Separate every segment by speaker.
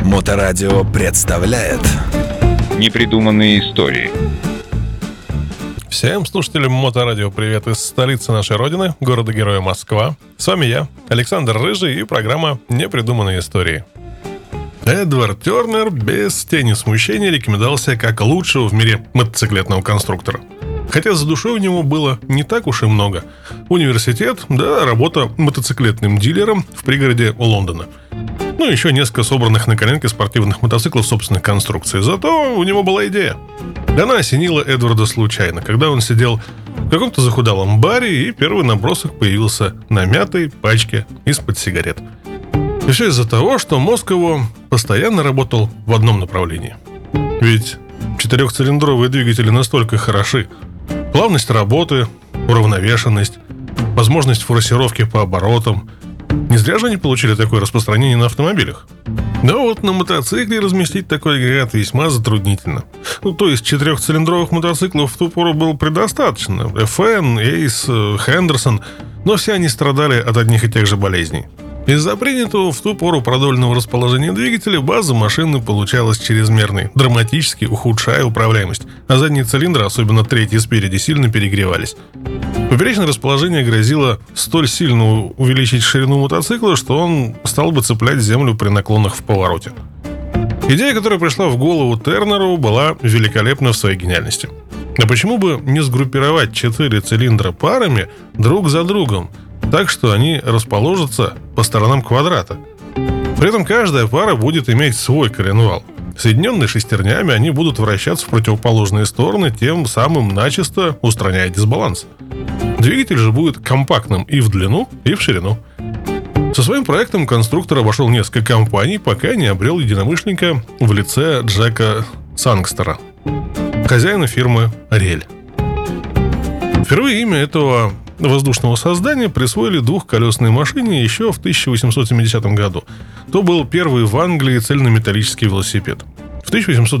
Speaker 1: Моторадио представляет
Speaker 2: Непридуманные истории.
Speaker 3: Всем слушателям Моторадио привет из столицы нашей родины, города-героя Москва. С вами я, Александр Рыжий, и программа «Непридуманные истории». Эдвард Тернер без тени смущения рекомендовал себя как лучшего в мире мотоциклетного конструктора. Хотя за душой у него было не так уж и много. Университет, да работа мотоциклетным дилером в пригороде Лондона. Ну, еще несколько собранных на коленке спортивных мотоциклов собственных конструкций. Зато у него была идея. Она осенила Эдварда случайно, когда он сидел в каком-то захудалом баре, и первый набросок появился на мятой пачке из-под сигарет. И все из-за того, что мозг его постоянно работал в одном направлении. Ведь четырехцилиндровые двигатели настолько хороши. Плавность работы, уравновешенность, возможность форсировки по оборотам. Не зря же они получили такое распространение на автомобилях. Но вот на мотоцикле разместить такой агрегат весьма затруднительно. То есть четырехцилиндровых мотоциклов в ту пору было предостаточно. FN, Ace, Henderson, но все они страдали от одних и тех же болезней. Из-за принятого в ту пору продольного расположения двигателя база машины получалась чрезмерной, драматически ухудшая управляемость, а задние цилиндры, особенно третий спереди, сильно перегревались. Поперечное расположение грозило столь сильно увеличить ширину мотоцикла, что он стал бы цеплять землю при наклонах в повороте. Идея, которая пришла в голову Тернеру, была великолепна в своей гениальности. А почему бы не сгруппировать 4 цилиндра парами друг за другом, так что они расположатся по сторонам квадрата? При этом каждая пара будет иметь свой коленвал. Соединенные шестернями, они будут вращаться в противоположные стороны, тем самым начисто устраняя дисбаланс. Двигатель же будет компактным и в длину, и в ширину. Со своим проектом конструктор обошел несколько компаний, пока не обрел единомышленника в лице Джека Сангстера, хозяина фирмы «Рель». Впервые имя этого воздушного создания присвоили двухколесной машине еще в 1870 году. То был первый в Англии цельнометаллический велосипед. В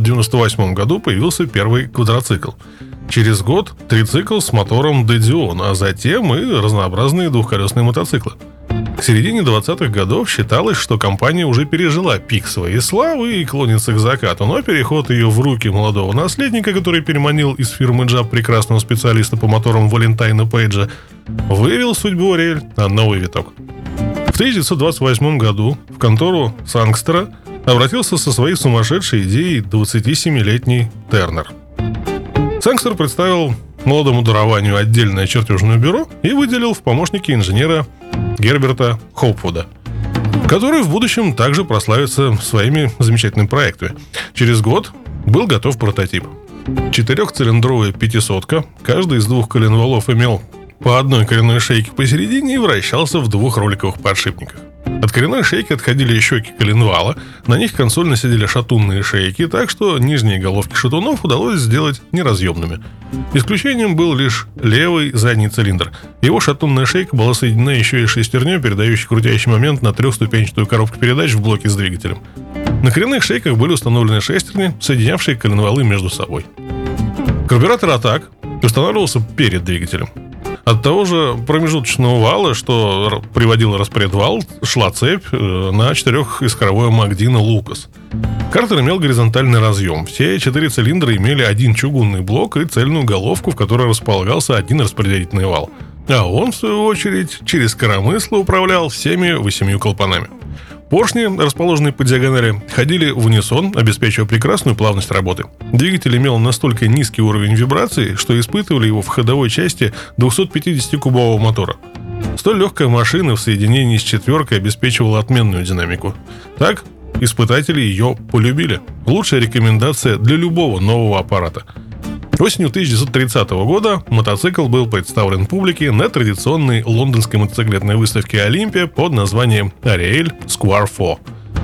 Speaker 3: 1898 году появился первый квадроцикл. Через год трицикл с мотором Дедион, а затем и разнообразные двухколесные мотоциклы. К середине 20-х годов считалось, что компания уже пережила пик своей славы и клонится к закату, но переход ее в руки молодого наследника, который переманил из фирмы Джаб прекрасного специалиста по моторам Валентайна Пейджа, вывел судьбу Рель на новый виток. В 1928 году в контору Сангстера обратился со своей сумасшедшей идеей 27-летний Тернер. Сангстер представил молодому дарованию отдельное чертежное бюро и выделил в помощники инженера Герберта Хопвуда, который в будущем также прославится своими замечательными проектами. Через год был готов прототип. 4-цилиндровая пятисотка, каждый из двух коленвалов имел по одной коренной шейке посередине и вращался в двух роликовых подшипниках. От коренной шейки отходили щеки коленвала, на них консольно сидели шатунные шейки, так что нижние головки шатунов удалось сделать неразъемными. Исключением был лишь левый задний цилиндр. Его шатунная шейка была соединена еще и шестерней, передающей крутящий момент на трехступенчатую коробку передач в блоке с двигателем. На коренных шейках были установлены шестерни, соединявшие коленвалы между собой. Карбюратор «Атак» устанавливался перед двигателем. От того же промежуточного вала, что приводил распредвал, шла цепь на 4-искровое Магдино Лукас. Картер имел горизонтальный разъем. Все 4 цилиндра имели один чугунный блок и цельную головку, в которой располагался один распределительный вал. А он, в свою очередь, через коромысло управлял всеми 8 клапанами. Поршни, расположенные по диагонали, ходили в унисон, обеспечивая прекрасную плавность работы. Двигатель имел настолько низкий уровень вибрации, что испытывали его в ходовой части 250-кубового мотора. Столь легкая машина в соединении с четверкой обеспечивала отменную динамику. Так, испытатели ее полюбили. Лучшая рекомендация для любого нового аппарата. Осенью 1930 года мотоцикл был представлен публике на традиционной лондонской мотоциклетной выставке «Олимпия» под названием «Ariel Square 4».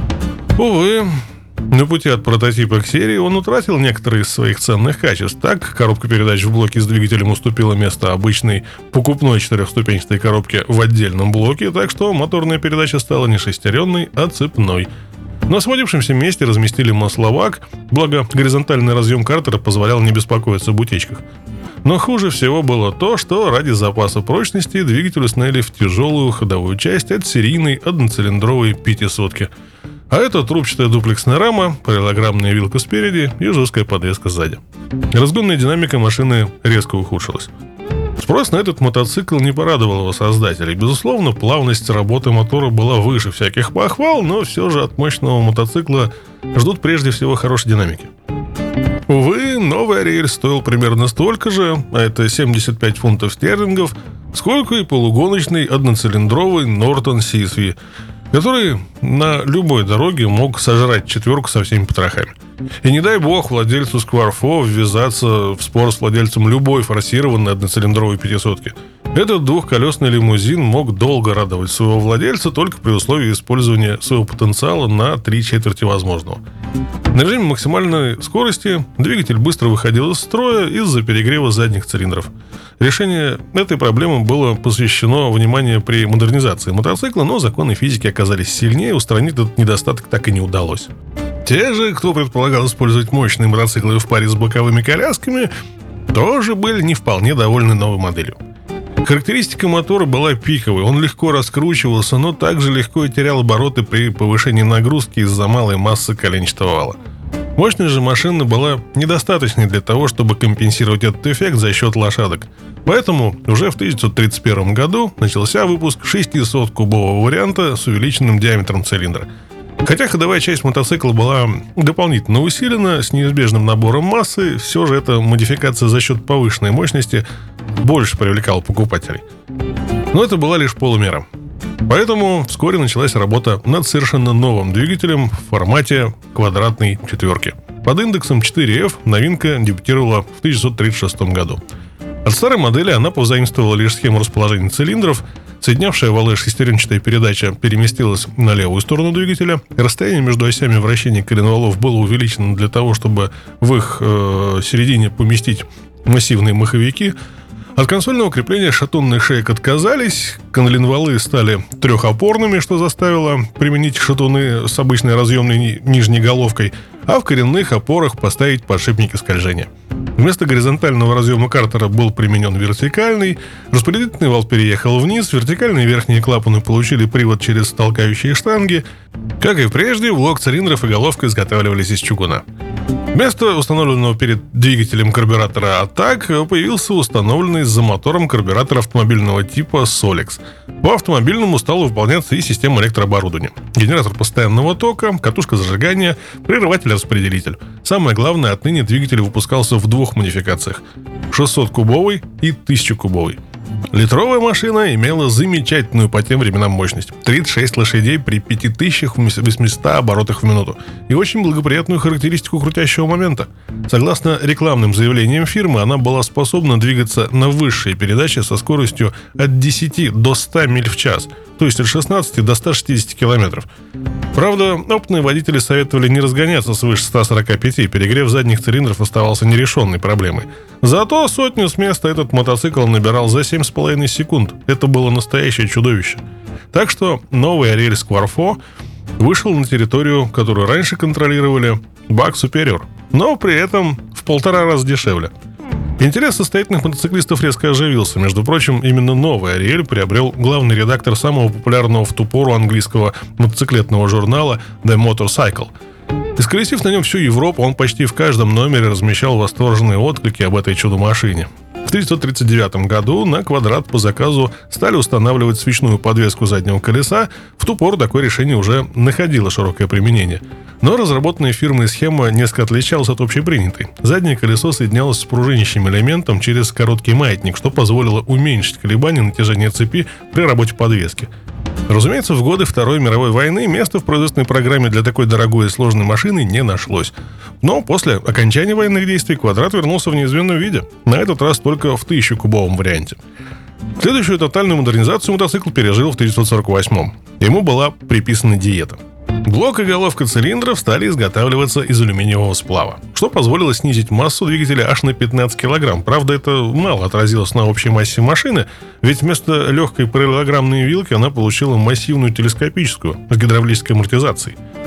Speaker 3: Увы, на пути от прототипа к серии он утратил некоторые из своих ценных качеств. Так, коробка передач в блоке с двигателем уступила место обычной покупной 4-ступенчатой коробке в отдельном блоке, так что моторная передача стала не шестеренной, а цепной. На освободившемся месте разместили масловак, благо горизонтальный разъем картера позволял не беспокоиться об утечках. Но хуже всего было то, что ради запаса прочности двигатель установили в тяжелую ходовую часть от серийной одноцилиндровой пятисотки. А это трубчатая дуплексная рама, параллелограммная вилка спереди и жесткая подвеска сзади. Разгонная динамика машины резко ухудшилась. Спрос на этот мотоцикл не порадовал его создателей. Безусловно, плавность работы мотора была выше всяких похвал, но все же от мощного мотоцикла ждут прежде всего хорошей динамики. Увы, новый Ариэль стоил примерно столько же, а это 75 фунтов стерлингов, сколько и полугоночный одноцилиндровый Нортон Сисви, который на любой дороге мог сожрать четверку со всеми потрохами. И не дай бог владельцу Скварфо ввязаться в спор с владельцем любой форсированной одноцилиндровой пятисотки. Этот двухколесный лимузин мог долго радовать своего владельца только при условии использования своего потенциала на 3/4 возможного. На режиме максимальной скорости двигатель быстро выходил из строя из-за перегрева задних цилиндров. Решение этой проблемы было посвящено вниманию при модернизации мотоцикла, но законы физики оказались сильнее, устранить этот недостаток так и не удалось. Те же, кто предполагал использовать мощные мотоциклы в паре с боковыми колясками, тоже были не вполне довольны новой моделью. Характеристика мотора была пиковой, он легко раскручивался, но также легко и терял обороты при повышении нагрузки из-за малой массы коленчатого вала. Мощность же машины была недостаточной для того, чтобы компенсировать этот эффект за счет лошадок. Поэтому уже в 1931 году начался выпуск 600-кубового варианта с увеличенным диаметром цилиндра. Хотя ходовая часть мотоцикла была дополнительно усилена с неизбежным набором массы, все же эта модификация за счет повышенной мощности больше привлекала покупателей. Но это была лишь полумера. Поэтому вскоре началась работа над совершенно новым двигателем в формате квадратной четверки. Под индексом 4F новинка дебютировала в 1936 году. От старой модели она позаимствовала лишь схему расположения цилиндров. Соединявшая валы шестеренчатая передача переместилась на левую сторону двигателя. Расстояние между осями вращения коленвалов было увеличено для того, чтобы в их середине поместить массивные маховики. От консольного крепления шатунных шеек отказались, коленвалы стали трехопорными, что заставило применить шатуны с обычной разъемной нижней головкой, а в коренных опорах поставить подшипники скольжения. Вместо горизонтального разъема картера был применен вертикальный, распределительный вал переехал вниз, вертикальные верхние клапаны получили привод через толкающие штанги. Как и прежде, блок цилиндров и головка изготавливались из чугуна. Вместо установленного перед двигателем карбюратора ATTAC появился установленный за мотором карбюратор автомобильного типа Solex. По автомобильному стала выполняться и система электрооборудования. Генератор постоянного тока, катушка зажигания, прерыватель-распределитель. Самое главное, отныне двигатель выпускался в двух модификациях – 600-кубовый и 1000-кубовый. Литровая машина имела замечательную по тем временам мощность – 36 лошадей при 5800 оборотах в минуту и очень благоприятную характеристику крутящего момента. Согласно рекламным заявлениям фирмы, она была способна двигаться на высшей передаче со скоростью от 10 до 100 миль в час, то есть от 16 до 160 километров. Правда, опытные водители советовали не разгоняться свыше 145, перегрев задних цилиндров оставался нерешенной проблемой. Зато сотню с места этот мотоцикл набирал за 7,5 секунд. Это было настоящее чудовище. Так что новый Ариэль Скварфо вышел на территорию, которую раньше контролировали Buick Superior, но при этом в 1,5 раза дешевле. Интерес состоятельных мотоциклистов резко оживился. Между прочим, именно новый Ариэль приобрел главный редактор самого популярного в ту пору английского мотоциклетного журнала The Motorcycle. Исколесив на нем всю Европу, он почти в каждом номере размещал восторженные отклики об этой чудо-машине. В 1939 году на квадрат по заказу стали устанавливать свечную подвеску заднего колеса. В ту пору такое решение уже находило широкое применение. Но разработанная фирмой схема несколько отличалась от общепринятой. Заднее колесо соединялось с пружинящим элементом через короткий маятник, что позволило уменьшить колебания натяжения цепи при работе подвески. Разумеется, в годы Второй мировой войны места в производственной программе для такой дорогой и сложной машины не нашлось. Но после окончания военных действий квадрат вернулся в неизменном виде, на этот раз только в 1000-кубовом варианте. Следующую тотальную модернизацию мотоцикл пережил в 1948-м. Ему была приписана диета. Блок и головка цилиндров стали изготавливаться из алюминиевого сплава, что позволило снизить массу двигателя аж на 15 кг. Правда, это мало отразилось на общей массе машины, ведь вместо легкой параллелограммной вилки она получила массивную телескопическую с гидравлической амортизацией.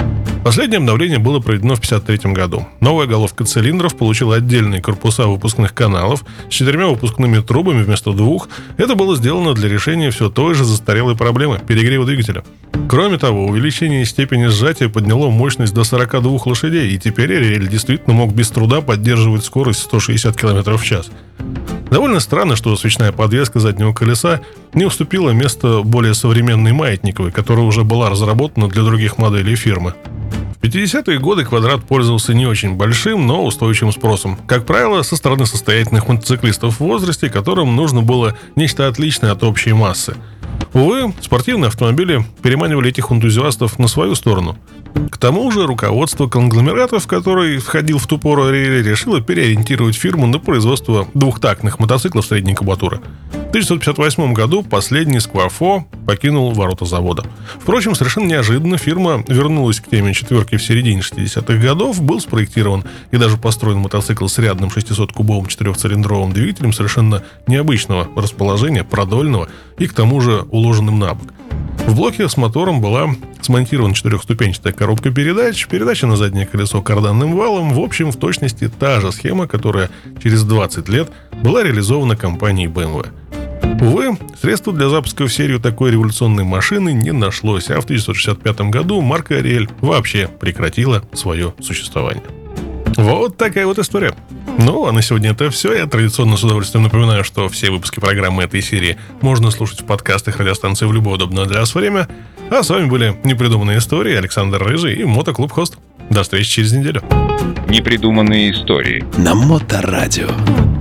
Speaker 3: Последнее обновление было проведено в 1953 году. Новая головка цилиндров получила отдельные корпуса выпускных каналов с 4 выпускными трубами вместо 2. Это было сделано для решения все той же застарелой проблемы – перегрева двигателя. Кроме того, увеличение степени сжатия подняло мощность до 42 лошадей, и теперь Ариэль действительно мог без труда поддерживать скорость 160 км в час. Довольно странно, что свечная подвеска заднего колеса не уступила место более современной маятниковой, которая уже была разработана для других моделей фирмы. В 50-е годы квадрат пользовался не очень большим, но устойчивым спросом. Как правило, со стороны состоятельных мотоциклистов в возрасте, которым нужно было нечто отличное от общей массы. Увы, спортивные автомобили переманивали этих энтузиастов на свою сторону. К тому же руководство конгломерата, в который входил в ту пору Ариэль, решило переориентировать фирму на производство двухтактных мотоциклов средней кубатуры. В 1958 году последний Сквафо покинул ворота завода. Впрочем, совершенно неожиданно фирма вернулась к теме четверки в середине 60-х годов, был спроектирован и даже построен мотоцикл с рядным 600-кубовым 4-цилиндровым двигателем совершенно необычного расположения, продольного и к тому же уложенным на бок. В блоке с мотором была смонтирована 4-ступенчатая коробка передач, передача на заднее колесо карданным валом. В общем, в точности та же схема, которая через 20 лет была реализована компанией BMW. Увы, средства для запуска в серию такой революционной машины не нашлось, а в 1965 году марка Ариэль вообще прекратила свое существование. Вот такая вот история. Ну, а на сегодня это все. Я традиционно с удовольствием напоминаю, что все выпуски программы этой серии можно слушать в подкастах радиостанции в любое удобное для вас время. А с вами были «Непридуманные истории», Александр Рыжий и Мотоклуб Хост. До встречи через неделю.
Speaker 2: Непридуманные истории.
Speaker 1: На Моторадио.